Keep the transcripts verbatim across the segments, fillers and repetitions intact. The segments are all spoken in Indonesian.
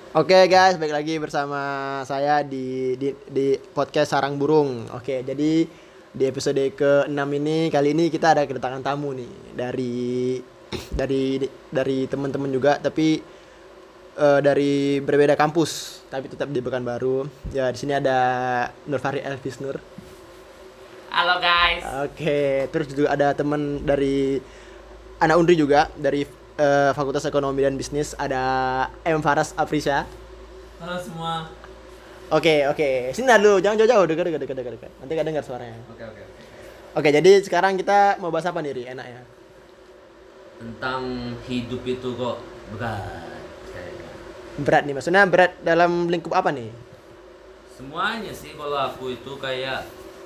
Oke guys, balik lagi bersama saya di di, di podcast Sarang Burung. Oke, jadi di episode ke enam ini kali ini kita ada kedatangan tamu nih dari dari dari teman-teman juga tapi eh, dari berbeda kampus tapi tetap di Pekanbaru. Ya, di sini ada Nurfari Elvis Nur. Halo guys. Oke, terus juga ada teman dari anak Undri juga dari eh, Fakultas Ekonomi dan Bisnis ada M Faras Afrisha. Halo semua. Oke, oke. Sini dulu, jangan jauh-jauh, dekat, dekat, dekat, dekat, dekat. Nanti gak dengar suaranya. Oke oke oke. Oke, jadi sekarang kita mau bahas apa nih, Ri? Enaknya. Tentang hidup itu kok berat kayaknya. Berat nih, maksudnya berat dalam lingkup apa nih? Semuanya sih kalau aku itu kayak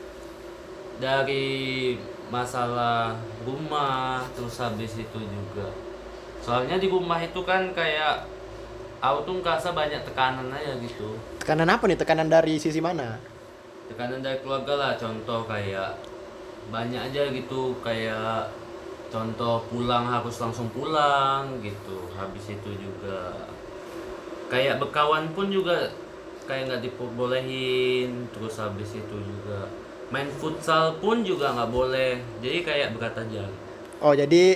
dari masalah rumah terus habis itu juga. Soalnya di rumah itu kan kayak aku tuh ngerasa banyak tekanan aja gitu. Tekanan apa nih? Tekanan dari sisi mana? Tekanan dari keluarga lah, contoh kayak banyak aja gitu, kayak contoh pulang harus langsung pulang gitu. Habis itu juga kayak berkawan pun juga kayak nggak diperbolehin. Terus habis itu juga main futsal pun juga nggak boleh, jadi kayak berat aja. Oh, jadi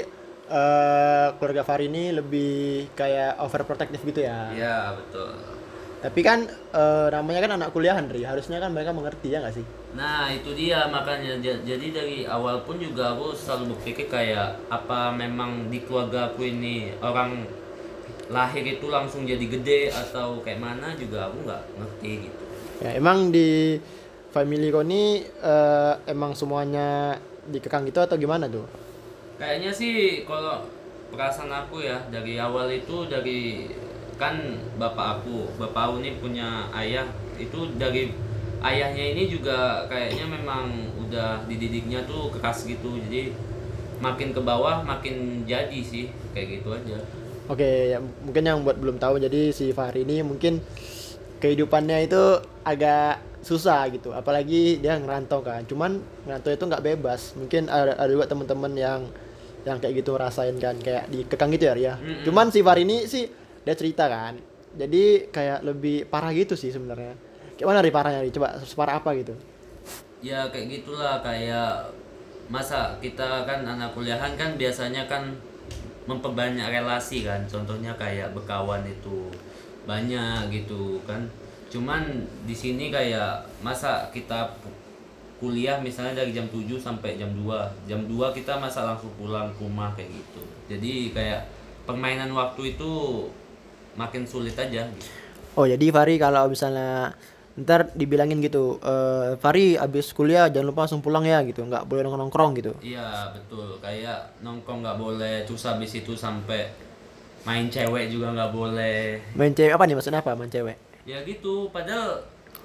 eh keluarga Fari ini lebih kayak overprotective gitu ya. Iya betul. Tapi kan eh, namanya kan anak kuliahan, Ri. Harusnya kan mereka mengerti ya nggak sih? Nah itu dia makanya Ja- jadi dari awal pun juga aku selalu berpikir kayak apa memang di keluarga aku ini orang lahir itu langsung jadi gede atau kayak mana juga aku nggak ngerti gitu. Ya, emang di family kau ini eh, emang semuanya dikekang gitu atau gimana tuh? Kayaknya sih kalau perasaan aku ya dari awal itu dari kan bapak aku, bapak aku ini punya ayah itu dari ayahnya ini juga kayaknya memang udah dididiknya tuh keras gitu. Jadi makin ke bawah makin jadi sih kayak gitu aja. Oke, ya, mungkin yang buat belum tahu, jadi si Fahri ini mungkin kehidupannya itu agak susah gitu, apalagi dia ngerantau kan. Cuman ngerantau itu nggak bebas. Mungkin ada, ada juga teman-teman yang yang kayak gitu ngerasain kan, kayak dikekang gitu ya, Ria. Mm-mm. Cuman si Fahri ini sih dia cerita kan, jadi kayak lebih parah gitu sih sebenarnya. Kayak mana Ri parahnya Ri? Coba separah apa gitu? Ya kayak gitulah, kayak masa kita kan anak kuliahan kan biasanya kan memperbanyak relasi kan, contohnya kayak berkawan itu banyak gitu kan. Cuman di sini kayak masa kita pu- kuliah misalnya dari jam tujuh sampai jam dua, jam dua kita masa langsung pulang ke rumah kayak gitu. Jadi kayak permainan waktu itu makin sulit aja gitu. Oh, jadi Fahri kalau misalnya ntar dibilangin gitu, eh Fahri abis kuliah jangan lupa langsung pulang ya gitu, nggak boleh nongkrong-nongkrong gitu. Iya betul, kayak nongkrong nggak boleh, terus habis itu sampai main cewek juga nggak boleh. Main cewek apa nih, maksudnya apa main cewek? Ya gitu, padahal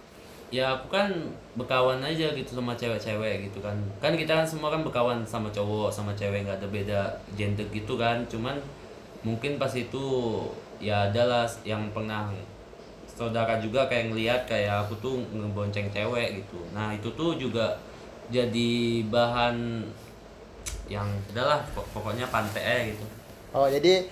ya aku kan berkawan aja gitu sama cewek-cewek gitu kan. Kan kita kan semua kan berkawan sama cowok sama cewek, nggak ada beda gender gitu kan. Cuman mungkin pas itu ya adalah yang pernah saudara juga kayak ngelihat kayak aku tuh ngebonceng cewek gitu. Nah itu tuh juga jadi bahan yang adalah pokoknya pantai aja gitu. Oh, jadi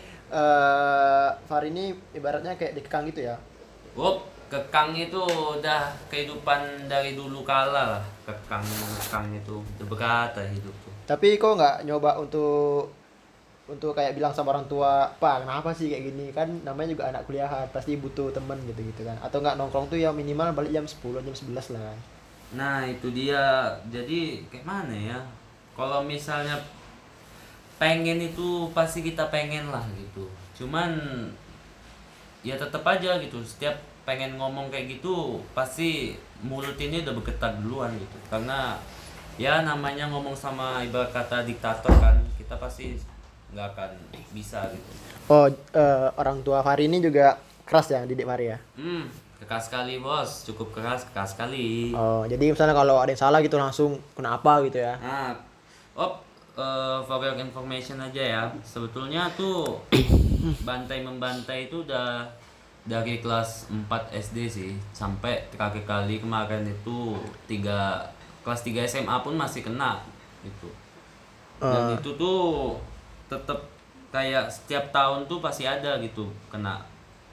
eh Fahri ini ibaratnya kayak dikekang gitu ya. Wop, kekang itu udah kehidupan dari dulu kala lah. Kekang kekang itu udah berkata hidup tuh. Tapi kok nggak nyoba untuk untuk kayak bilang sama orang tua, Pak, kenapa sih kayak gini? Kan namanya juga anak kuliahan, pasti butuh temen gitu-gitu kan. Atau nggak nongkrong tuh ya minimal balik jam sepuluh jam sebelas lah kan. Nah itu dia, jadi kayak mana ya, kalau misalnya pengen itu pasti kita pengen lah gitu. Cuman ya tetap aja gitu, setiap pengen ngomong kayak gitu pasti mulut ini udah bergetar duluan gitu. Karena ya namanya ngomong sama ibarat kata diktator kan, kita pasti nggak akan bisa gitu. Oh, eh, orang tua Fahri ini juga keras ya didik Fahri ya. Hmm, keras sekali bos, cukup keras, keras sekali. Oh, jadi misalnya kalau ada yang salah gitu langsung kenapa gitu ya. Nah, oh, eh, for your information aja ya. Sebetulnya tuh bantai membantai itu udah dari kelas empat S D sih sampai terakhir kali kemarin itu tiga kelas tiga S M A pun masih kena gitu. Dan Eh, itu tuh tetap kayak setiap tahun tuh pasti ada gitu kena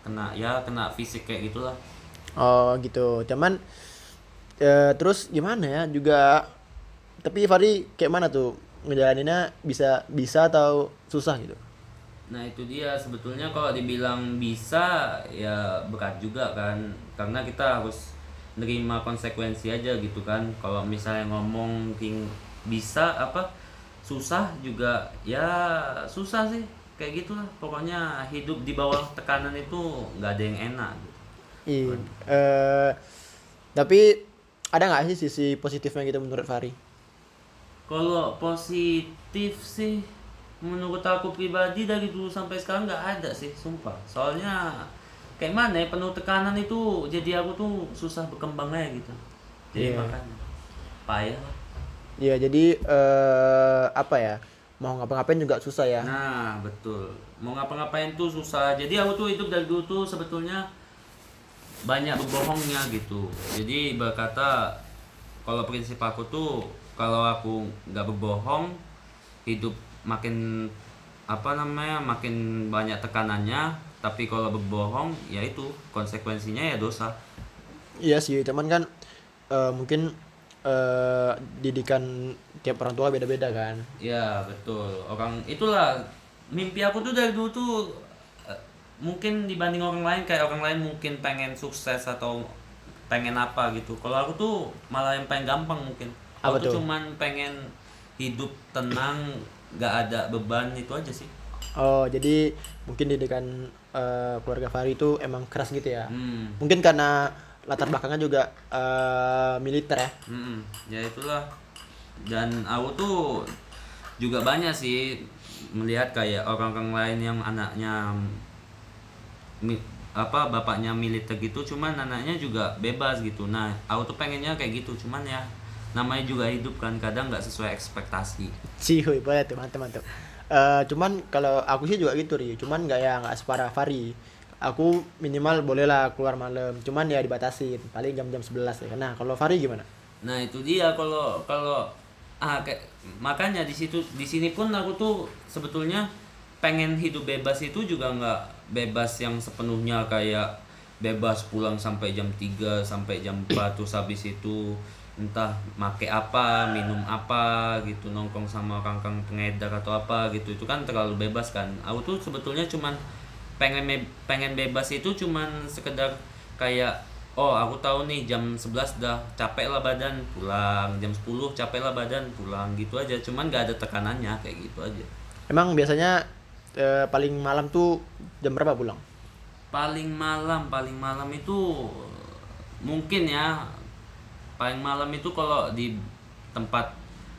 kena ya kena fisik kayak gitulah. Oh gitu. Cuman eh, terus gimana ya juga, tapi Fari kayak mana tuh ngejalaninnya, bisa bisa atau susah gitu? Nah itu dia sebetulnya kalau dibilang bisa ya berat juga kan, karena kita harus nerima konsekuensi aja gitu kan. Kalau misalnya ngomong king bisa apa susah juga ya susah sih, kayak gitulah pokoknya. Hidup di bawah tekanan itu nggak ada yang enak gitu. Iya. Eh, tapi ada nggak sih sisi positifnya gitu menurut Fari? Kalau positif sih menurut aku pribadi dari dulu sampai sekarang nggak ada sih, sumpah. Soalnya kayak mana ya, penuh tekanan itu jadi aku tuh susah berkembang aja gitu. Jadi Iya. makanya payah lah. Iya, jadi eh, apa ya? Mau ngapa-ngapain juga susah ya. Nah betul, mau ngapa-ngapain tuh susah. Jadi aku tuh hidup dari dulu tuh sebetulnya banyak berbohongnya gitu. Jadi berkata kalau prinsip aku tuh kalau aku nggak berbohong, hidup makin apa namanya makin banyak tekanannya. Tapi kalau berbohong ya itu konsekuensinya ya dosa. Iya sih, cuman kan eh, mungkin eh, didikan tiap orang tua beda-beda kan. Ya betul, orang itulah mimpi aku tuh dari dulu tuh eh, mungkin dibanding orang lain, kayak orang lain mungkin pengen sukses atau pengen apa gitu. Kalau aku tuh malah yang pengen gampang mungkin. Apa Aku tuh tuh? cuman pengen hidup tenang, gak ada beban, itu aja sih. Oh, jadi mungkin didikan eh, keluarga Fari itu emang keras gitu ya. Hmm, Mungkin karena latar belakangnya juga eh, militer ya. mm-mm. Ya itulah. Dan aku tuh juga banyak sih melihat kayak orang-orang lain yang anaknya mi- apa bapaknya militer gitu, cuman anaknya juga bebas gitu. Nah aku tuh pengennya kayak gitu, cuman ya namanya juga hidup kan, kadang nggak sesuai ekspektasi. Sih, wih, boleh tuh, mantep mantep. Eh, cuman kalau aku sih juga gitu, Ri. Cuman nggak ya nggak separah Fari. Aku minimal bolehlah keluar malam. Cuman ya dibatasin, paling jam-jam sebelas ya. Nah, kalau Fari gimana? Nah itu dia, kalau kalau ah kayak makanya di situ di sini pun aku tuh sebetulnya pengen hidup bebas itu juga nggak bebas yang sepenuhnya kayak bebas pulang sampai jam tiga sampai jam empat terus habis itu entah make apa minum apa gitu, nongkrong sama kangkang pengedar atau apa gitu, itu kan terlalu bebas kan. Aku tuh sebetulnya cuman pengen me- pengen bebas itu cuman sekedar kayak oh aku tahu nih jam sebelas dah capek lah badan pulang, jam sepuluh capek lah badan pulang gitu aja, cuman gak ada tekanannya kayak gitu aja. Emang biasanya eh, paling malam tuh jam berapa pulang? Paling malam paling malam itu mungkin ya paling malam itu kalau di tempat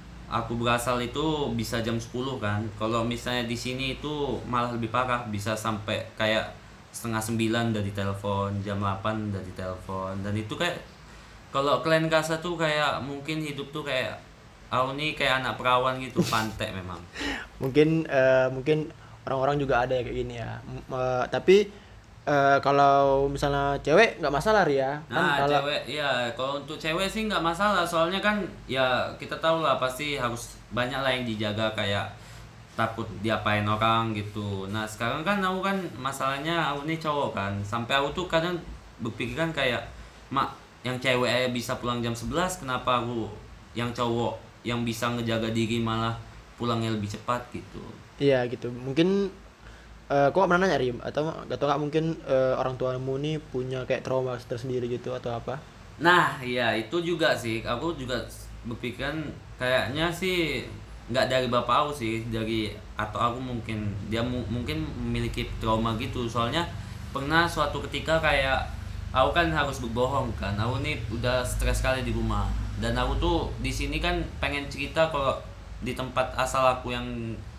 aku berasal itu bisa jam sepuluh kan. Kalau misalnya di sini itu malah lebih parah, bisa sampai kayak setengah sembilan udah ditelepon, jam delapan udah ditelepon. Dan itu kayak kalau klien kasa tuh kayak mungkin hidup tuh kayak aku nih kayak anak perawan gitu, pantek memang. Mungkin eh, mungkin orang-orang juga ada ya kayak gini ya. M- eh, tapi eh, kalau misalnya cewek nggak masalah, Ri ya. Kan Nah, kalau cewek ya kalau untuk cewek sih nggak masalah, soalnya kan ya kita tahu lah pasti harus banyak lah yang dijaga, kayak takut diapain orang gitu. Nah sekarang kan aku kan masalahnya aku nih cowok kan, sampai aku tuh kadang berpikiran kayak mak yang cewek aja bisa pulang jam sebelas, kenapa aku yang cowok yang bisa ngejaga diri malah pulangnya lebih cepat gitu. iya gitu. Mungkin eh, kok pernah nanya, Ri, atau atau nggak mungkin eh, orang tuamu nih punya kayak trauma tersendiri gitu atau apa? Nah, iya itu juga sih. Aku juga berpikiran kayaknya sih nggak dari bapak aku sih, dari atau aku mungkin dia mu- mungkin memiliki trauma gitu. Soalnya pernah suatu ketika kayak aku kan harus berbohong kan. Aku nih udah stres sekali di rumah. Dan aku tuh di sini kan pengen cerita kalau di tempat asal aku yang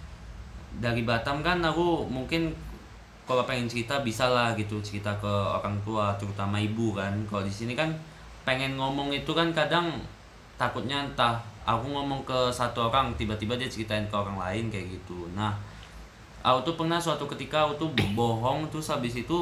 dari Batam kan aku mungkin kalau pengen cerita bisa lah gitu, cerita ke orang tua terutama ibu kan. Kalau di sini kan pengen ngomong itu kan kadang takutnya entah aku ngomong ke satu orang tiba-tiba dia ceritain ke orang lain kayak gitu. Nah aku tuh pernah suatu ketika aku tuh bohong terus habis itu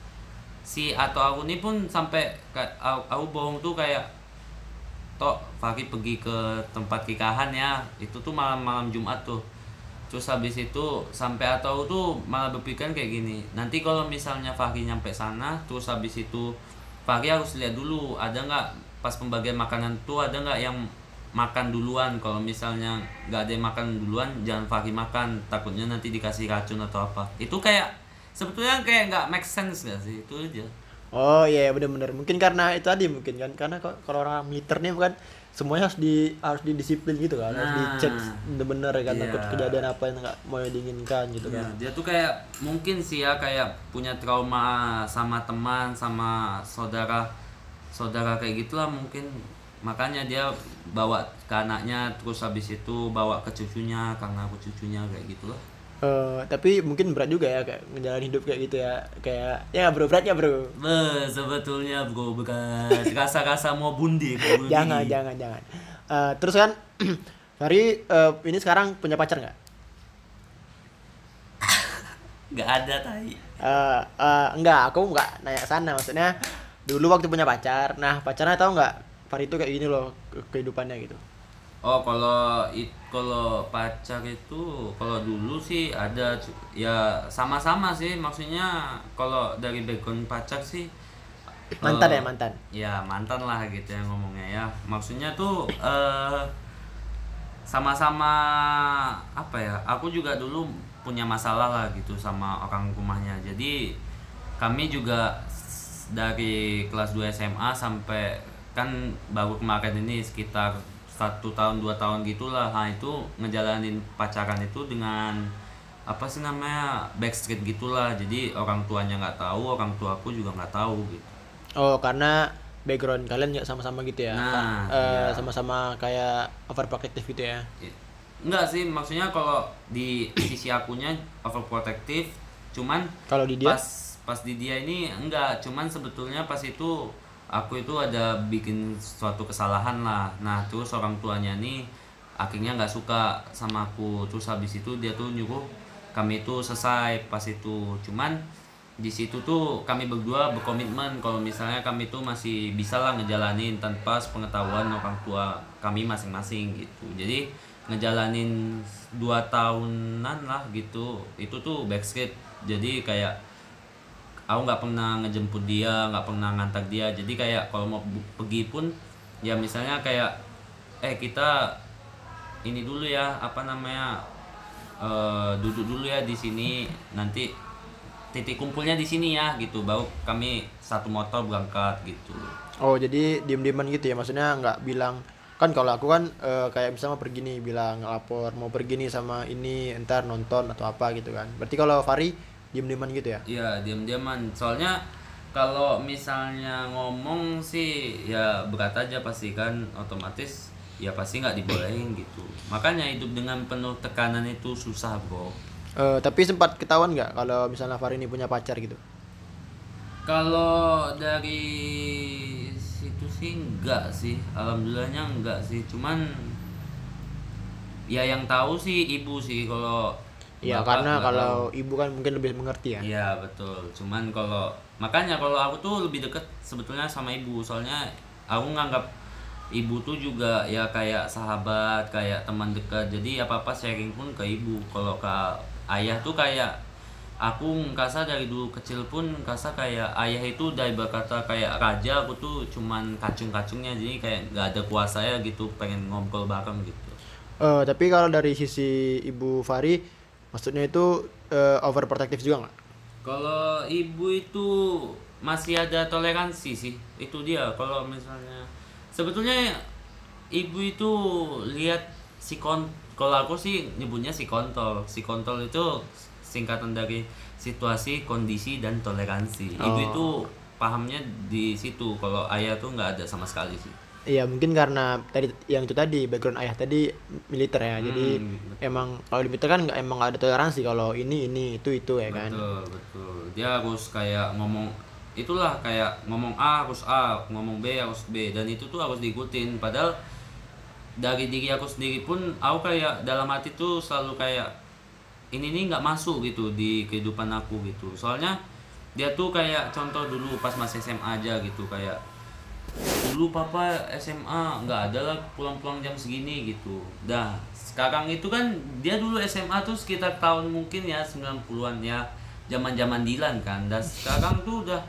si atau aku nih pun sampai ka- aku, aku bohong tuh kayak tok Fakih pergi ke tempat nikahan ya, itu tuh malam-malam Jumat tuh. Terus habis itu sampai atau tuh malah berpikiran kayak gini, nanti kalau misalnya Fahri nyampe sana terus habis itu Fahri harus lihat dulu ada nggak pas pembagian makanan tuh ada nggak yang makan duluan. Kalau misalnya nggak ada yang makan duluan jangan Fahri makan, takutnya nanti dikasih racun atau apa. Itu kayak sebetulnya kayak nggak make sense nggak sih, itu aja. Oh iya, bener-bener mungkin karena itu tadi mungkin kan karena ko- kalau orang militer nih kan semuanya harus di harus didisiplin gitu kan, harus Nah, dicek bener-bener kan, takut iya. kejadian apa yang nggak mau diinginkan gitu Ya, kan. dia tuh kayak mungkin sih ya kayak punya trauma sama teman sama saudara saudara kayak gitulah mungkin, makanya dia bawa ke anaknya terus habis itu bawa ke cucunya karena aku cucunya kayak gitulah. Eh, tapi mungkin berat juga ya kayak ngejalanin hidup kayak gitu ya, kayak ya bro, berat ya bro. Beh, sebetulnya bro bekas rasa-rasa mau bundi, mau bunuh Jangan diri. jangan jangan. Eh, terus kan Fahri eh, ini sekarang punya pacar nggak? Nggak ada tai. Eh, eh, enggak, aku nggak nanya sana, maksudnya dulu waktu punya pacar, nah pacarnya tahu nggak Fahri itu kayak gini loh ke- kehidupannya gitu. Oh, kalau it kalau pacar itu kalau dulu sih ada cu- ya sama-sama sih, maksudnya kalau dari background pacar sih Mantan eh, ya, mantan. ya mantan lah gitu ya ngomongnya ya, maksudnya tuh eh sama-sama apa ya, aku juga dulu punya masalah lah gitu sama orang rumahnya, jadi kami juga s- dari kelas dua S M A sampai kan baru kemarin ini sekitar satu tahun dua tahun gitulah, nah itu ngejalanin pacaran itu dengan apa sih namanya backstreet gitulah, jadi orang tuanya nggak tahu, orang tuaku juga nggak tahu gitu. Oh, karena background kalian nggak sama-sama gitu ya. Nah, Ka- eh, iya. sama-sama kayak overprotective gitu ya. I- Enggak sih, maksudnya kalau di sisi akunya overprotective, cuman Kalau di dia? pas pas di dia ini enggak, cuman sebetulnya pas itu aku itu ada bikin suatu kesalahan lah. Nah, terus orang tuanya nih akhirnya nggak suka sama aku. Terus habis itu dia tuh nyuruh kami itu selesai pas itu. Cuman di situ tuh kami berdua berkomitmen kalau misalnya kami tuh masih bisa lah ngejalanin tanpa pengetahuan orang tua kami masing-masing gitu. Jadi ngejalanin dua tahunan lah gitu. Itu tuh backstreet. Jadi kayak aku nggak pernah ngejemput dia, nggak pernah ngantar dia. Jadi kayak kalau mau bu- pergi pun ya misalnya kayak eh kita ini dulu ya apa namanya eh, duduk dulu ya di sini, nanti titik kumpulnya di sini ya gitu, baru kami satu motor berangkat gitu. Oh, jadi diem-dieman gitu ya. Maksudnya nggak bilang, kan kalau aku kan eh, kayak misalnya mau pergi nih bilang ngelapor mau pergi nih sama ini entar nonton atau apa gitu kan. Berarti kalau Fahri diem-dieman gitu ya. Iya, diam-diaman. Soalnya kalau misalnya ngomong sih ya berat aja pasti kan, otomatis ya pasti nggak dibolehin gitu. Makanya hidup dengan penuh tekanan itu susah, bro. Eh, tapi sempat ketahuan nggak kalau misalnya Fahri ini punya pacar gitu? Kalau dari situ sih enggak sih, alhamdulillahnya enggak sih. Cuman ya yang tahu sih ibu sih, kalau Ya bapak karena nggak kalau tahu. ibu kan mungkin lebih mengerti ya. Iya betul. Cuman kalau makanya kalau aku tuh lebih deket sebetulnya sama ibu, soalnya aku nganggap ibu tuh juga ya kayak sahabat, kayak teman dekat. Jadi apa apa sharing pun ke ibu. Kalau ke ayah tuh kayak aku ngerasa dari dulu kecil pun ngerasa kayak ayah itu dari berkata kayak raja, aku tuh cuman kacung-kacungnya, jadi kayak nggak ada kuasanya gitu, pengen ngobrol bareng gitu. Eh, tapi kalau dari sisi ibu Fahri, maksudnya itu eh, overprotective juga nggak? Kalau ibu itu masih ada toleransi sih, itu dia. Kalau misalnya sebetulnya ibu itu lihat si kon, kalau aku sih nyebutnya si kontol. Si kontol itu singkatan dari situasi, kondisi, dan toleransi. Ibu Oh. itu pahamnya di situ. Kalau ayah tuh nggak ada sama sekali sih. Iya, mungkin karena tadi yang itu tadi background ayah tadi militer ya. Jadi Hmm, emang kalau di militer kan nggak emang nggak ada toleransi kalau ini ini itu itu ya kan. betul betul. Dia harus kayak ngomong itulah, kayak ngomong A harus A, ngomong B harus B, dan itu tuh harus diikutin. Padahal dari diri aku sendiri pun aku kayak dalam hati tuh selalu kayak ini nih nggak masuk gitu di kehidupan aku gitu. Soalnya dia tuh kayak contoh dulu pas masih S M A aja gitu, kayak dulu papa S M A nggak ada lah pulang-pulang jam segini gitu. Dah sekarang itu kan dia dulu S M A tuh sekitar tahun mungkin ya sembilan puluhan ya, zaman-zaman Dilan kan. Dan sekarang tuh udah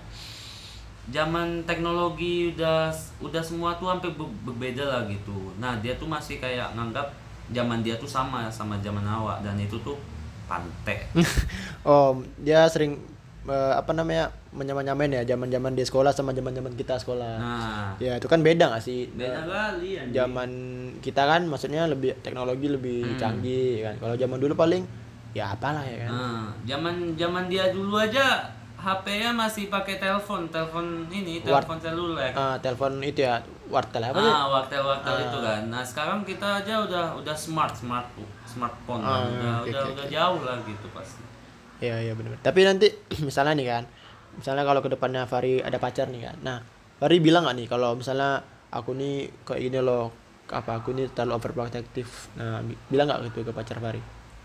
zaman teknologi, udah udah semua tuh hampir ber- berbeda lah gitu. Nah dia tuh masih kayak nganggap zaman dia tuh sama sama zaman awak, dan itu tuh pantek. Oh, dia sering eh, apa namanya menyamain-nyamain ya zaman-zaman di sekolah sama zaman-zaman kita sekolah. Nah Ya itu kan beda gak sih? beda kali anjing. Zaman kita kan maksudnya lebih teknologi lebih canggih kan. Kalau zaman dulu paling ya apalah ya kan. Nah, zaman zaman dia dulu aja H P-nya masih pakai telepon, telepon ini, Wart- telepon seluler. Ah, telepon itu ya, wartel apa sih? Ah, waktu-waktu itu kan. Nah, sekarang kita aja udah udah smart, smart smartphone kan. Ah, Udah oke, udah oke, udah oke. jauh lah gitu pasti. Iya iya benar. Tapi nanti misalnya nih kan, misalnya kalau kedepannya Fari ada pacar nih kan. Nah, Fari bilang nggak nih kalau misalnya aku nih kayak gini loh, apa aku nih terlalu overprotective. Nah, bi- bilang nggak gitu ke pacar Fari?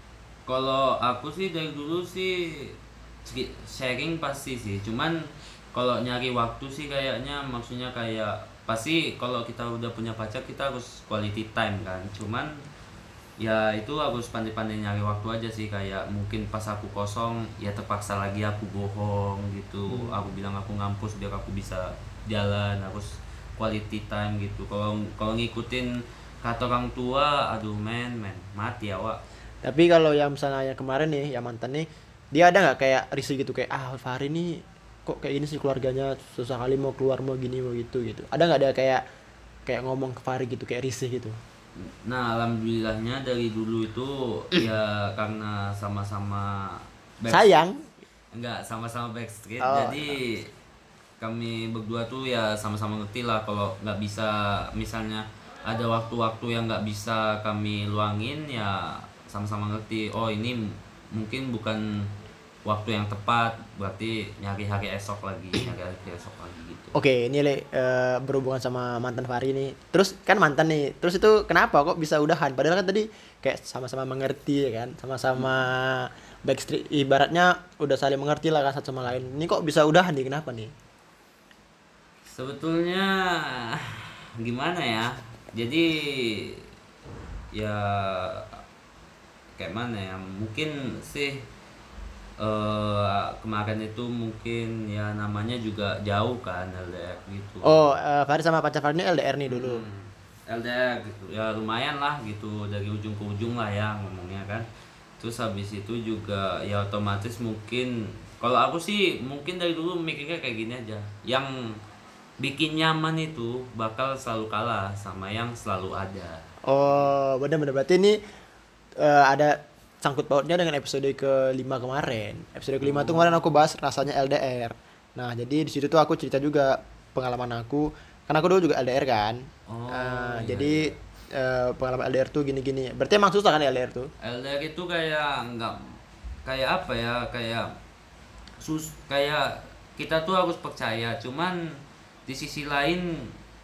Kalau aku sih dari dulu sih segi- sharing pasti sih. Cuman kalau nyari waktu sih kayaknya maksudnya kayak pasti kalau kita udah punya pacar kita harus quality time kan. Cuman ya itu harus pandai-pandai nyari waktu aja sih, kayak mungkin pas aku kosong ya terpaksa lagi aku bohong gitu. Aku bilang aku ngampus biar aku bisa jalan, harus quality time gitu. Kalau kalau ngikutin kata orang tua, aduh men men mati awak. Tapi kalau yang misalnya yang kemarin nih, yang mantan nih, dia ada nggak kayak risih gitu kayak ah Fahri nih kok kayak gini sih keluarganya susah kali mau keluar mau gini mau gitu gitu. Ada nggak ada kayak kayak ngomong ke Fahri gitu kayak risih gitu? Nah, alhamdulillahnya dari dulu itu ya karena sama-sama back- Sayang. enggak sama-sama backstreet, Oh. jadi kami berdua tuh ya sama-sama ngerti lah kalau nggak bisa, misalnya ada waktu-waktu yang nggak bisa kami luangin ya sama-sama ngerti. Oh ini m- mungkin bukan waktu yang tepat, berarti nyari hari esok lagi, nyari hari esok lagi gitu. Oke, ini Le, eh, berhubungan sama mantan Fahri nih. Terus kan mantan nih. Terus itu kenapa kok bisa udahan? Padahal kan tadi kayak sama-sama mengerti ya kan, sama-sama backstreet. Ibaratnya udah saling mengerti lah kan satu sama lain. Ini kok bisa udahan nih? Kenapa nih? Sebetulnya gimana ya? Jadi ya kayak mana ya? Mungkin sih eh kemarin itu mungkin ya namanya juga jauh kan L D R gitu. Oh, eh, Fahri sama pacar Fahri ini L D R nih dulu. Hmm, L D R gitu. Ya lumayan lah gitu, dari ujung ke ujung lah ya ngomongnya kan. Terus habis itu juga ya otomatis mungkin kalau aku sih mungkin dari dulu mikirnya kayak gini aja. Yang bikin nyaman itu bakal selalu kalah sama yang selalu ada. Oh, benar-benar berarti ini eh, ada sangkut pautnya dengan episode kelima kemarin. Episode kelima tuh kemarin aku bahas rasanya L D R. Nah, jadi di situ tuh aku cerita juga pengalaman aku. Karena aku dulu juga L D R kan. Oh, Eh, iya, jadi eh, pengalaman L D R tuh gini-gini. Berarti emang susah kan L D R tuh? L D R itu kayak nggak kayak apa ya, kayak sus kayak kita tuh harus percaya, cuman di sisi lain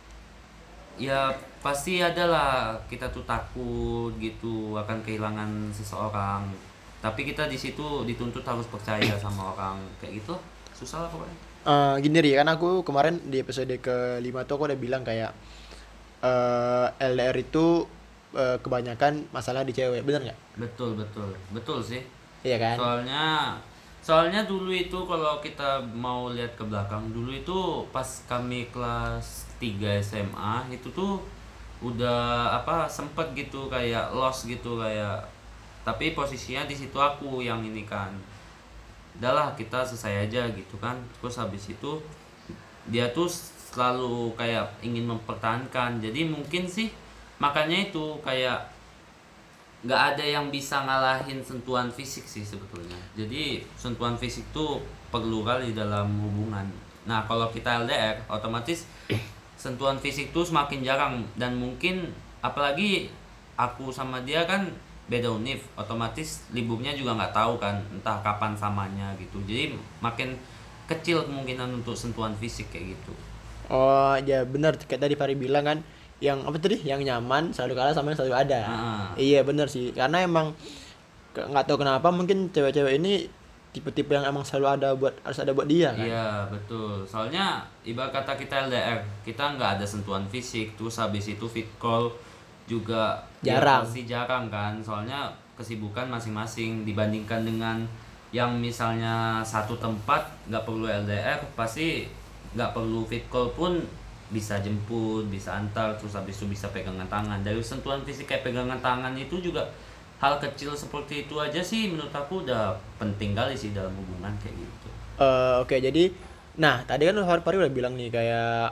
ya pasti ada lah kita tuh takut gitu akan kehilangan seseorang, tapi kita di situ dituntut harus percaya sama orang kayak gitu, susah lah pokoknya. Eh, gini Ri, kan aku kemarin di episode kelima tuh aku udah bilang kayak eh, L D R itu eh, kebanyakan masalah di cewek, bener nggak? Betul betul betul sih. Iya kan? Soalnya soalnya dulu itu kalau kita mau lihat ke belakang, dulu itu pas kami kelas tiga S M A itu tuh udah apa sempet gitu kayak lost gitu kayak, tapi posisinya di situ aku yang ini kan. Udahlah kita selesai aja gitu kan. Terus habis itu dia tuh selalu kayak ingin mempertahankan. Jadi mungkin sih makanya itu kayak nggak ada yang bisa ngalahin sentuhan fisik sih sebetulnya. Jadi sentuhan fisik tuh perlu kali dalam hubungan. Nah kalau kita L D R otomatis sentuhan fisik tuh semakin jarang, dan mungkin apalagi aku sama dia kan beda univ, otomatis liburnya juga nggak tahu kan entah kapan samanya gitu. Jadi makin kecil kemungkinan untuk sentuhan fisik kayak gitu. Oh ya benar kayak tadi Fari bilang kan, yang apa tadi yang nyaman selalu kalah sama yang selalu ada. Ah. Iya benar sih, karena emang ke- nggak tahu kenapa mungkin cewek-cewek ini tipe-tipe yang emang selalu ada buat harus ada buat dia kan. Iya betul, soalnya ibarat kata kita L D R, kita nggak ada sentuhan fisik, terus habis itu fit call juga ya Jarang. pasti jarang kan, soalnya kesibukan masing-masing. Dibandingkan dengan yang misalnya satu tempat nggak perlu L D R, pasti nggak perlu fit call pun bisa jemput, bisa antar, terus habis itu bisa pegangan tangan. Dari sentuhan fisik kayak pegangan tangan itu juga hal kecil seperti itu aja sih menurut aku udah penting kali sih dalam hubungan kayak gitu. Eh, oke jadi nah tadi kan Fari, Fari udah bilang nih kayak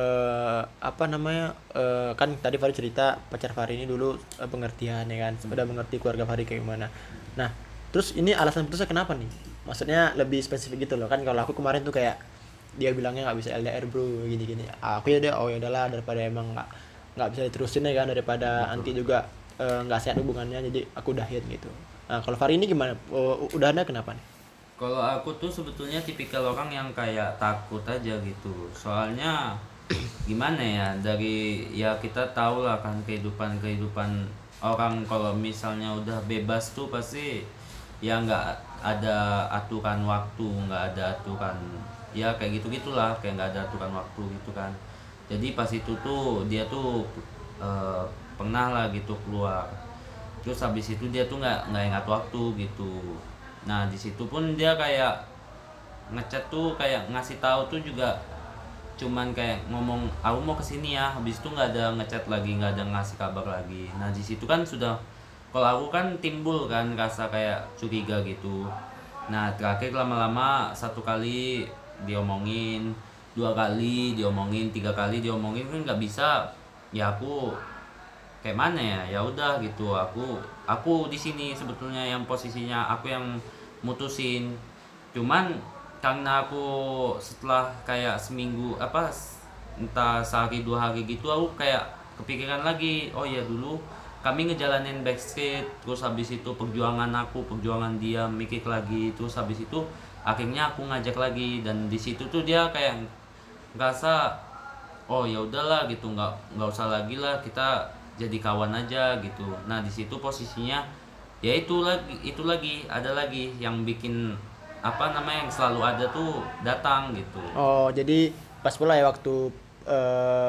eh apa namanya eh kan tadi Fari cerita pacar Fari ini dulu eh, pengertian ya kan, udah mengerti keluarga Fari kayak gimana. Nah terus ini alasan putusnya kenapa nih, maksudnya lebih spesifik gitu loh kan. Kalau aku kemarin tuh kayak dia bilangnya nggak bisa L D R bro gini-gini, aku ya deh oh ya udahlah daripada emang nggak nggak bisa diterusin ya kan, daripada nanti juga eh, nggak sehat hubungannya, jadi aku udahin gitu. Nah kalau Fari ini gimana, oh, udahannya kenapa nih? Kalau aku tuh sebetulnya tipikal orang yang kayak takut aja gitu. Soalnya gimana ya, dari ya kita tahu lah kan kehidupan-kehidupan orang kalau misalnya udah bebas tuh pasti ya nggak ada aturan waktu, nggak ada aturan ya kayak gitu gitulah, kayak nggak ada aturan waktu gitu kan. Jadi pas itu tuh dia tuh eh, pernah lah gitu keluar, terus habis itu dia tuh nggak nggak ingat waktu gitu. Nah di situ pun dia kayak ngechat tuh kayak ngasih tahu tuh juga cuman kayak ngomong aku mau kesini ya, habis itu nggak ada ngechat lagi, nggak ada ngasih kabar lagi. Nah di situ kan sudah, kalau aku kan timbul kan rasa kayak curiga gitu. Nah terakhir lama-lama satu kali diomongin, dua kali diomongin, tiga kali diomongin kan nggak bisa. Ya aku kayak mana ya, ya udah gitu, aku aku di sini sebetulnya yang posisinya aku yang mutusin. Cuman karena aku setelah kayak seminggu apa entah sehari dua hari gitu aku kayak kepikiran lagi, oh ya dulu kami ngejalanin backstreet, terus habis itu perjuangan aku perjuangan dia mikir lagi, terus habis itu akhirnya aku ngajak lagi. Dan di situ tuh dia kayak ngerasa oh ya udahlah gitu, nggak nggak usah lagi lah, kita jadi kawan aja gitu. Nah di situ posisinya ya itu lagi itu lagi ada lagi yang bikin apa namanya yang selalu ada tuh datang gitu. Oh jadi pas pula ya waktu eh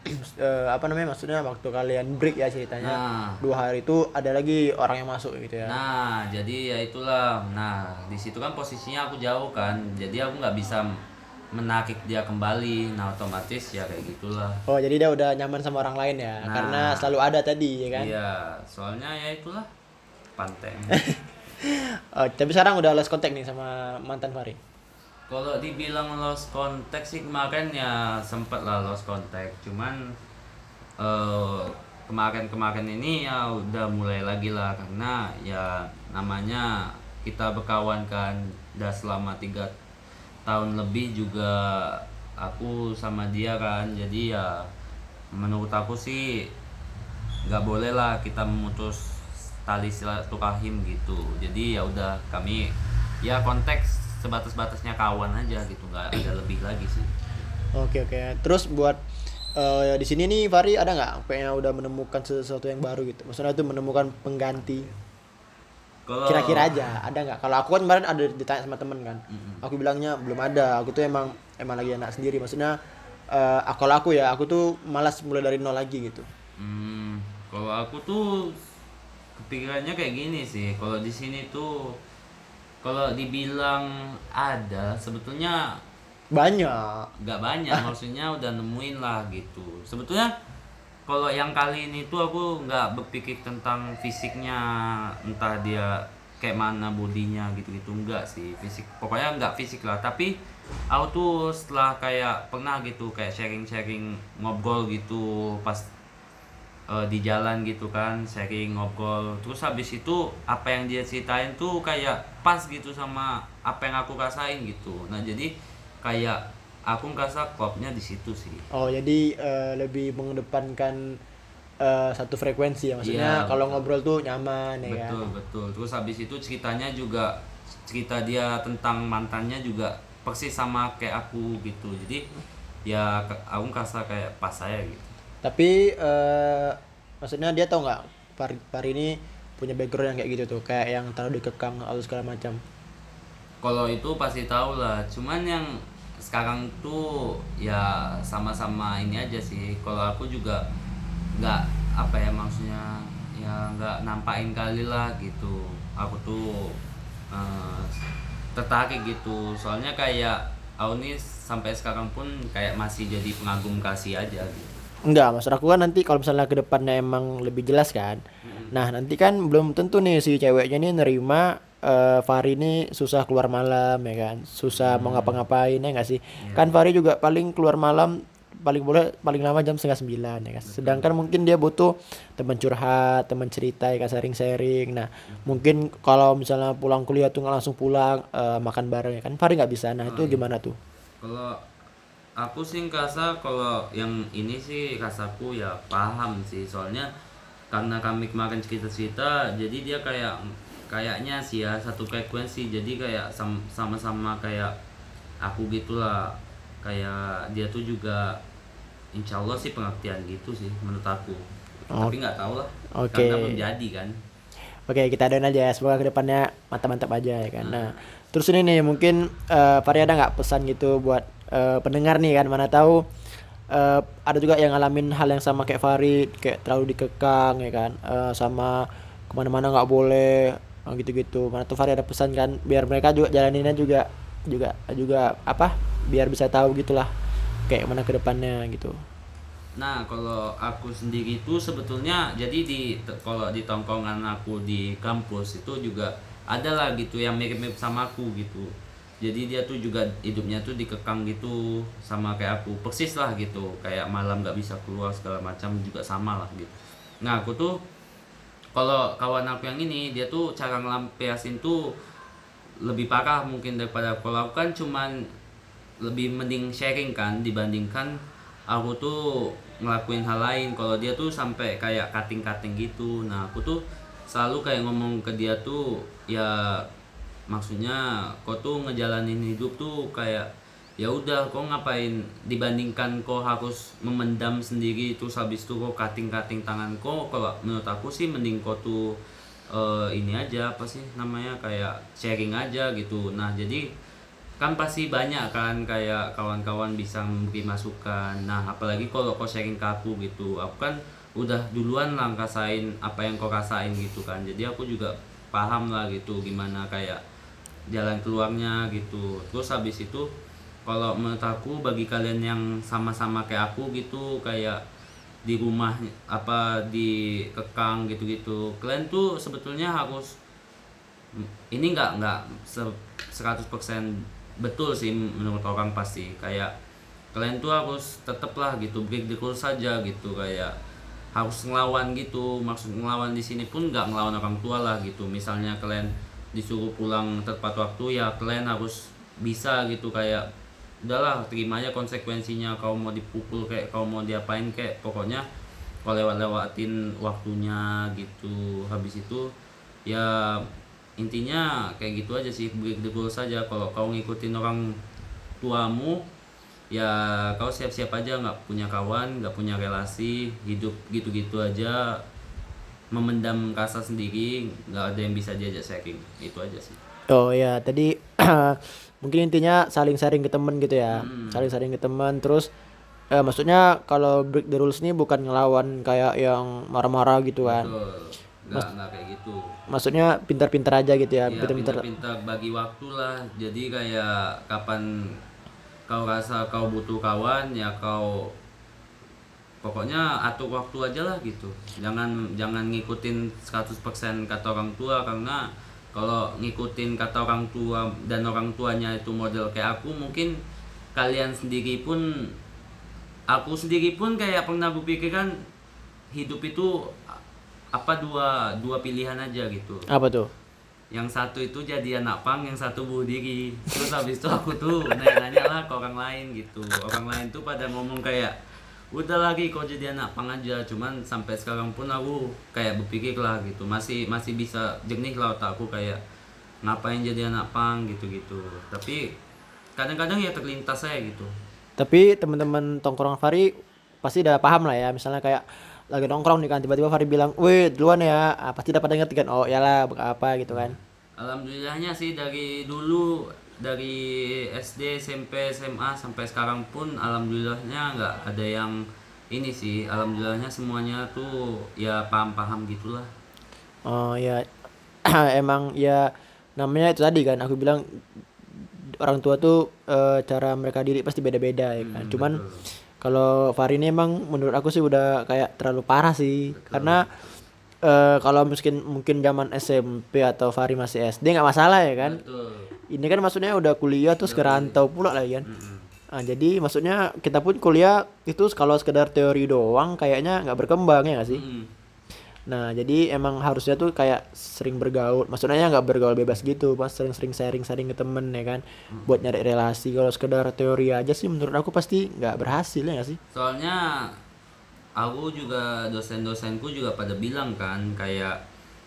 eh, apa namanya maksudnya waktu kalian break ya ceritanya, Nah, dua hari itu ada lagi orang yang masuk gitu ya. nah jadi ya itulah. Nah di situ kan posisinya aku jauh kan, jadi aku nggak bisa menarik dia kembali. Nah otomatis ya kayak gitulah. Oh jadi dia udah nyaman sama orang lain ya, Nah. karena selalu ada tadi ya kan. Iya, soalnya ya itulah panteng. Oh, tapi sekarang udah lost contact nih sama mantan Fari. Kalau dibilang lost contact sih kemarin ya sempet lah lost contact. Cuman eh, kemarin-kemarin ini ya udah mulai lagi lah, karena ya namanya kita berkawan kan udah selama tiga tahun lebih juga aku sama dia kan. Jadi ya menurut aku sih nggak boleh lah kita memutus tali silaturahim gitu. Jadi ya udah kami ya konteks sebatas-batasnya kawan aja gitu, nggak ada lebih lagi sih. Oke oke. Terus buat eh, di sini nih Fari ada nggak kayaknya udah menemukan sesuatu yang baru gitu? Maksudnya tuh menemukan pengganti. Kalau Kira-kira aja ada nggak? Kalau aku kan kemarin ada ditanya sama temen kan, Mm-mm. aku bilangnya belum ada. Aku tuh emang emang lagi anak sendiri. Maksudnya eh kalau aku ya aku tuh malas mulai dari nol lagi gitu. Hmm, kalau aku tuh kepikirannya kayak gini sih. Kalau di sini tuh kalau dibilang ada sebetulnya Banyak. nggak banyak, maksudnya udah nemuin lah gitu. Sebetulnya kalau yang kali ini tuh aku nggak berpikir tentang fisiknya, entah dia kayak mana bodinya gitu-gitu, enggak sih fisik, pokoknya nggak fisik lah. Tapi aku tuh setelah kayak pernah gitu kayak sharing-sharing ngobrol gitu pas eh, di jalan gitu kan, sharing ngobrol, terus habis itu apa yang dia ceritain tuh kayak pas gitu sama apa yang aku rasain gitu. Nah jadi kayak aku ngerasa klopnya di situ sih. Oh jadi eh, lebih mengedepankan eh, satu frekuensi ya, maksudnya Iya, kalau betul. ngobrol tuh nyaman ya kan. Betul betul. Terus habis itu ceritanya juga cerita dia tentang mantannya juga persis sama kayak aku gitu. Jadi ya ke- aku ngerasa kayak pas saya gitu. Tapi eh, maksudnya dia tahu nggak Fari, Fari ini punya background yang kayak gitu tuh, kayak yang terlalu dikekang atau segala macam. Kalau itu pasti tahu lah, cuman yang sekarang tuh ya sama-sama ini aja sih. Kalau aku juga nggak apa ya maksudnya ya nggak nampain kali lah gitu. Aku tuh eh, tertarik gitu. Soalnya kayak aku nih sampai sekarang pun kayak masih jadi pengagum kasih aja gitu. Enggak, maksud aku kan nanti kalau misalnya ke depannya emang lebih jelas kan. Nah, nanti kan belum tentu nih si ceweknya ini nerima eh, Fahri ini susah keluar malam ya kan. Susah mau ngapa-ngapain ya enggak sih? Iya, Kan Fahri juga paling keluar malam paling boleh paling lama jam setengah sembilan ya kan. Sedangkan mungkin dia butuh teman curhat, teman cerita ya kan, sharing-sharing. Nah, mungkin kalau misalnya pulang kuliah tuh nggak langsung pulang eh, makan bareng ya kan. Fahri nggak bisa. Nah, oh itu iya. gimana tuh? Kalau aku sih ngerasa kalau yang ini sih rasaku ya paham sih, soalnya karena kami kemarin cerita-cerita jadi dia kayak kayaknya sih ya satu frekuensi, jadi kayak sam- sama-sama kayak aku gitulah, kayak dia tuh juga insya Allah sih pengertian gitu sih menurut aku, Oh, tapi nggak tahu lah oke. karena belum jadi kan. Oke, kita doain aja ya. Semoga kedepannya mantap-mantap aja ya kan. Nah, Nah, terus ini nih mungkin eh Fahri ada nggak pesan gitu buat eh, pendengar nih kan? Mana tahu eh, ada juga yang ngalamin hal yang sama kayak Fahri, kayak terlalu dikekang ya kan, eh, sama kemana-mana nggak boleh eh, gitu-gitu. Mana tahu Fahri ada pesan kan, biar mereka juga jalaninnya juga juga juga apa? Biar bisa tahu gitulah kayak mana kedepannya gitu. Nah, kalau aku sendiri itu sebetulnya jadi di te- kalau di tongkongan aku di kampus itu juga ada lah gitu yang mirip-mirip sama aku gitu. Jadi dia tuh juga hidupnya tuh dikekang gitu sama kayak aku, persis lah gitu. Kayak malam nggak bisa keluar segala macam juga sama lah gitu. Nah, aku tuh kalau kawan aku yang ini dia tuh cara ngelampiasin tuh lebih parah mungkin daripada kalau aku kan cuman lebih mending sharing kan dibandingkan aku tuh ngelakuin hal lain. Kalau dia tuh sampai kayak cutting-cutting gitu. Nah, aku tuh selalu kayak ngomong ke dia tuh ya maksudnya kau tuh ngejalanin hidup tuh kayak ya udah kau ngapain dibandingkan kau harus memendam sendiri terus habis itu kau cutting-cutting tangan kau. Kalau menurut aku sih mending kau tuh eh, ini aja apa sih namanya kayak sharing aja gitu. Nah, jadi kan pasti banyak kan kayak kawan-kawan bisa memberi masukan. Nah, apalagi kalau kau sharing ke aku gitu, aku kan udah duluan lah ngerasain apa yang kau rasain gitu kan, jadi aku juga paham lah gitu gimana kayak jalan keluarnya gitu. Terus habis itu kalau menurut aku bagi kalian yang sama-sama kayak aku gitu kayak di rumah apa dikekang gitu-gitu, kalian tuh sebetulnya harus ini nggak nggak se- seratus persen betul sih menurut orang pasti kayak kalian tuh harus tetep lah gitu break the rules saja gitu, kayak harus ngelawan gitu. Maksud ngelawan di sini pun nggak ngelawan orang tua lah gitu. Misalnya kalian disuruh pulang tepat waktu ya kalian harus bisa gitu kayak udahlah terima aja konsekuensinya, kau mau dipukul kayak kau mau diapain kayak pokoknya kau lewat-lewatin waktunya gitu. Habis itu ya intinya kayak gitu aja sih, break the rules saja. Kalau kau ngikutin orang tuamu ya kau siap-siap aja nggak punya kawan, nggak punya relasi, hidup gitu-gitu aja, memendam rasa sendiri, nggak ada yang bisa diajak sharing. Itu aja sih. Oh ya, tadi mungkin intinya saling sharing ke temen gitu ya. Mm-mm. Saling sharing ke teman terus eh, maksudnya kalau break the rules ini bukan ngelawan kayak yang marah-marah gitu kan. Betul, nggak Mas- nggak kayak gitu. maksudnya pintar-pintar aja gitu ya, Ya pintar-pintar. pintar-pintar bagi waktu lah, jadi kayak kapan kau rasa kau butuh kawan ya kau pokoknya atur waktu aja lah gitu. Jangan jangan ngikutin seratus persen kata orang tua, karena kalau ngikutin kata orang tua dan orang tuanya itu model kayak aku, mungkin kalian sendiri pun aku sendiri pun kayak pernah berpikirkan hidup itu a- apa dua dua pilihan aja gitu. Apa tuh? Yang satu itu jadi anak pang, yang satu bunuh diri. Terus habis itu aku tuh nanya-nanya lah ke orang lain gitu, orang lain tuh pada ngomong kayak udah lagi kau jadi anak pang aja. Cuman sampai sekarang pun aku kayak berpikir lah gitu, masih masih bisa jernih lah otakku kayak ngapain jadi anak pang gitu-gitu. Tapi kadang-kadang ya terlintas saya gitu. Tapi teman-teman tongkrongan Fari pasti udah paham lah ya. Misalnya kayak lagi nongkrong nih kan tiba-tiba Fari bilang, "Weh, duluan ya." Ah, pasti dapat ngerti kan. Oh, iyalah apa gitu kan. Alhamdulillahnya sih dari dulu, dari S D, S M P, S M A sampai sekarang pun alhamdulillahnya nggak ada yang ini sih. Alhamdulillahnya semuanya tuh ya paham-paham gitulah. Oh ya, emang ya namanya itu tadi kan aku bilang orang tua tuh eh, cara mereka didik pasti beda-beda ya kan. Hmm, Cuman betul. kalau Fahri ini emang menurut aku sih udah kayak terlalu parah sih. Betul. Karena eh, kalau mungkin mungkin zaman S M P atau Fahri masih S D nggak masalah ya kan. Betul. Ini kan maksudnya udah kuliah terus Udah kerantau pula lagi kan. Mm-mm. Ah, jadi maksudnya kita pun kuliah itu kalau sekedar teori doang kayaknya nggak berkembang ya nggak sih? Mm-mm. Nah, jadi emang harusnya tuh kayak sering bergaul. Maksudnya nggak bergaul bebas gitu, pas sering-sering sharing-sharing ke temen ya kan, buat nyari relasi. Kalau sekedar teori aja sih menurut aku pasti nggak berhasil ya nggak sih? Soalnya aku juga dosen-dosenku juga pada bilang kan kayak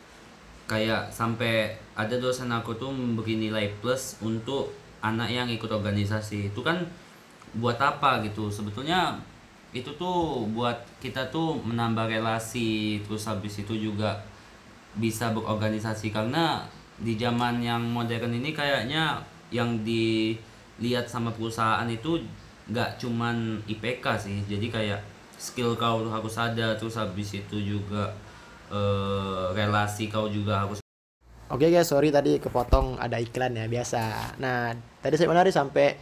kayak sampai ada dosen aku tuh memberi nilai plus untuk anak yang ikut organisasi. Itu kan buat apa gitu? Sebetulnya itu tuh buat kita tuh menambah relasi, terus habis itu juga bisa berorganisasi karena di zaman yang modern ini kayaknya yang dilihat sama perusahaan itu nggak cuman I P K sih, jadi kayak skill kau harus ada, terus habis itu juga eh, relasi kau juga harus. Oke guys, sorry tadi kepotong ada iklan ya biasa. Nah, tadi saya menarik sampai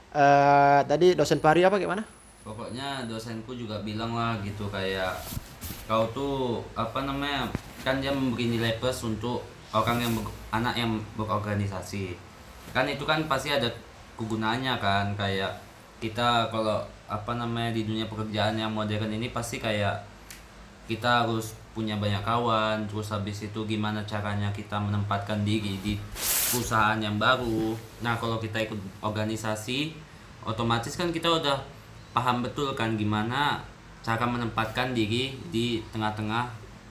eh tadi dosen Pari apa gimana? Pokoknya dosenku juga bilang lah gitu kayak kau tuh apa namanya, kan dia memberi nilai plus untuk orang yang ber- anak yang berorganisasi, kan itu kan pasti ada kegunaannya kan, kayak kita kalau apa namanya di dunia pekerjaan yang modern ini pasti kayak kita harus punya banyak kawan, terus habis itu gimana caranya kita menempatkan diri di perusahaan yang baru. Nah kalau kita ikut organisasi otomatis kan kita udah paham betul kan gimana cara menempatkan diri di tengah-tengah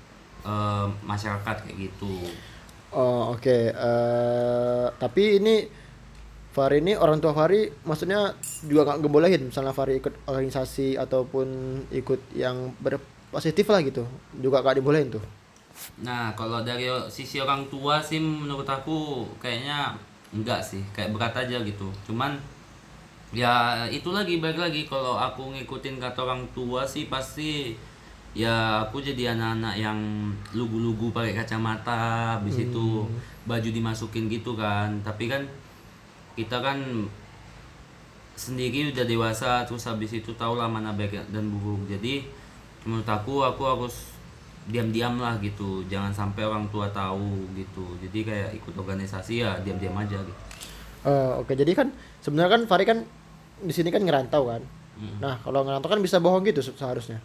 eh, masyarakat kayak gitu. Oh, oke. Eh tapi ini Fahri ini orang tua Fahri maksudnya juga nggak ngebolehin misalnya Fahri ikut organisasi ataupun ikut yang berpositif lah gitu. Juga nggak dibolehin tuh. Nah kalau dari sisi orang tua sih menurut aku kayaknya enggak sih, kayak berat aja gitu. Cuman ya itu lagi balik lagi, kalau aku ngikutin kata orang tua sih pasti ya aku jadi anak-anak yang lugu-lugu pakai kacamata, habis itu baju dimasukin gitu kan. Tapi kan kita kan sendiri udah dewasa, terus habis itu tahu lah mana baik dan buruk. Jadi menurut aku aku harus diam-diam lah gitu, jangan sampai orang tua tahu gitu. Jadi kayak ikut organisasi ya diam-diam aja gitu. Eh, oke, jadi kan sebenarnya kan Fahri kan di sini kan ngerantau kan. Mm. Nah, kalau ngerantau kan bisa bohong gitu se- seharusnya.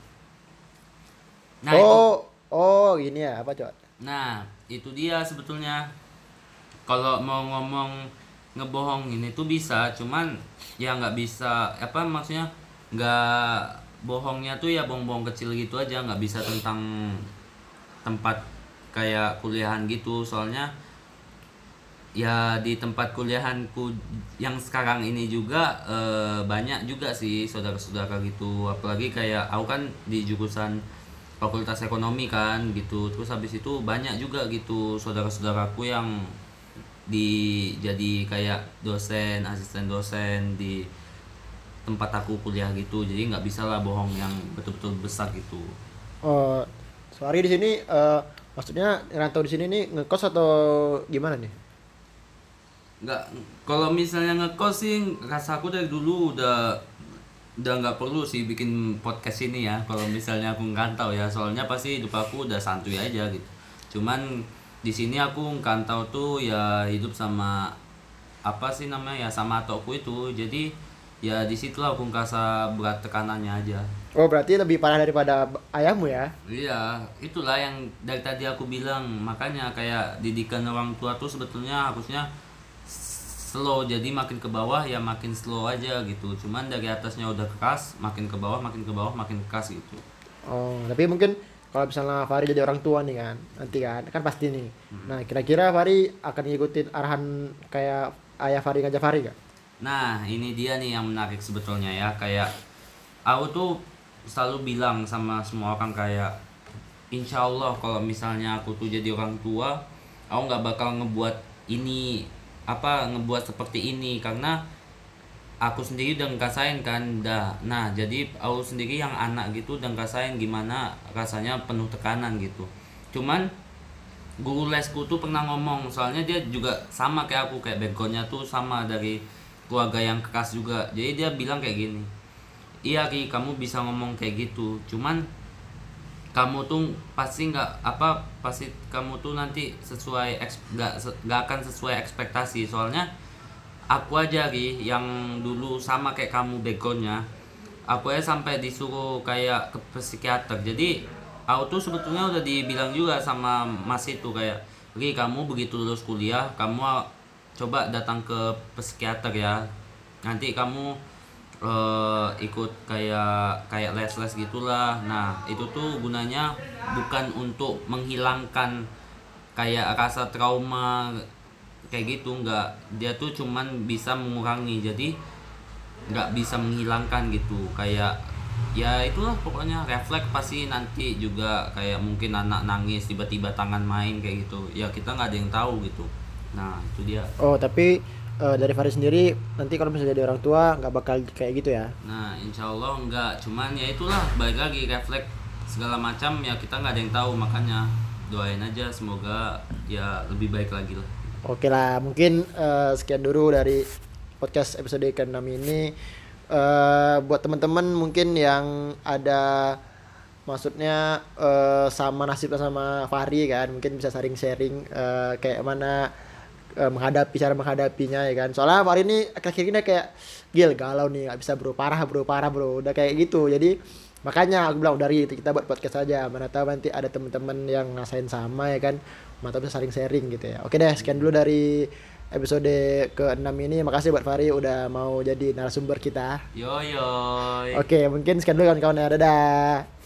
Nah itu, Oh, oh gini ya, apa coba? nah itu dia sebetulnya. Kalau mau ngomong ngebohongin itu bisa, cuman ya nggak bisa apa maksudnya, nggak bohongnya tuh ya bohong-bohong kecil gitu aja, nggak bisa tentang tempat kayak kuliahan gitu. Soalnya ya di tempat kuliahanku yang sekarang ini juga eh, banyak juga sih saudara-saudara gitu, apalagi kayak aku kan di jurusan fakultas ekonomi kan gitu, terus habis itu banyak juga gitu saudara-saudaraku yang di jadi kayak dosen, asisten dosen di tempat aku kuliah gitu, jadi nggak bisa lah bohong yang betul-betul besar gitu. Oh, Fahri di sini eh maksudnya ngerantau di sini nih ngekos atau gimana nih? Nggak, kalau misalnya ngekos sih rasa aku dari dulu udah udah nggak perlu sih bikin podcast ini ya kalau misalnya aku ngantau ya, soalnya pasti hidup aku udah santuy aja gitu. Cuman di sini aku ngantau tuh ya hidup sama apa sih namanya ya, sama atokku itu, jadi ya disitulah aku ngerasa berat tekanannya aja. Oh, berarti lebih parah daripada b- ayahmu ya? Iya, itulah yang dari tadi aku bilang, makanya kayak didikan orang tua tuh sebetulnya harusnya slow, jadi makin ke bawah ya makin slow aja gitu. Cuman dari atasnya udah keras, makin ke bawah makin ke bawah makin keras gitu. Oh, tapi mungkin kalau misalnya Fahri jadi orang tua nih kan, nanti kan, kan pasti nih. Nah, kira-kira Fahri akan ngikutin arahan kayak ayah Fahri ngajak Fahri gak? Nah ini dia nih yang menarik sebetulnya ya, kayak aku tuh selalu bilang sama semua orang kayak insya Allah kalau misalnya aku tuh jadi orang tua, aku nggak bakal ngebuat ini apa ngebuat seperti ini karena aku sendiri udah ngerasain kan dah. Nah jadi aku sendiri yang anak gitu udah ngerasain gimana rasanya penuh tekanan gitu. Cuman guru lesku tuh pernah ngomong, soalnya dia juga sama kayak aku, kayak backgroundnya tuh sama dari keluarga yang keras juga. Jadi dia bilang kayak gini, iya Ki, kamu bisa ngomong kayak gitu, cuman kamu tuh pasti nggak apa pasti kamu tuh nanti sesuai nggak nggak akan sesuai ekspektasi. Soalnya aku aja Ki yang dulu sama kayak kamu backgroundnya, aku ya sampai disuruh kayak ke psikiater. Jadi aku tuh sebetulnya udah dibilang juga sama mas itu kayak, Ri kamu begitu lulus kuliah kamu coba datang ke psikiater ya, nanti kamu eh, ikut kayak kayak les-les gitulah. Nah itu tuh gunanya bukan untuk menghilangkan kayak rasa trauma kayak gitu, nggak, dia tuh cuman bisa mengurangi, jadi nggak bisa menghilangkan gitu. Kayak ya itulah pokoknya refleks pasti nanti juga kayak mungkin anak nangis tiba-tiba tangan main kayak gitu ya, kita nggak ada yang tahu gitu. Nah itu dia. Oh tapi eh, dari Faris sendiri nanti kalau misalnya jadi orang tua nggak bakal kayak gitu ya? Nah insya Allah enggak, cuman ya itulah balik lagi refleks segala macam ya, kita nggak ada yang tahu, makanya doain aja semoga ya lebih baik lagi lah. Oke lah, mungkin eh, sekian dulu dari podcast episode keenam ini. Eh, buat teman-teman mungkin yang ada maksudnya eh, sama nasibnya sama Fahri kan, mungkin bisa saling sharing eh, kayak mana eh, menghadapi cara menghadapinya ya kan. Soalnya Fahri ini akhir-akhir ini kayak gil galau nih, nggak bisa bro, parah bro, parah bro, udah kayak gitu. Jadi makanya aku bilang dari itu kita buat podcast aja, mana tahu nanti ada teman-teman yang ngerasain sama ya kan, mana tahu bisa saling sharing gitu ya. Oke deh, sekian dulu dari episode keenam ini. Makasih buat Fahri udah mau jadi narasumber kita. Yo yo. Oke, mungkin sekian dulu kawan-kawan ya. Dadah.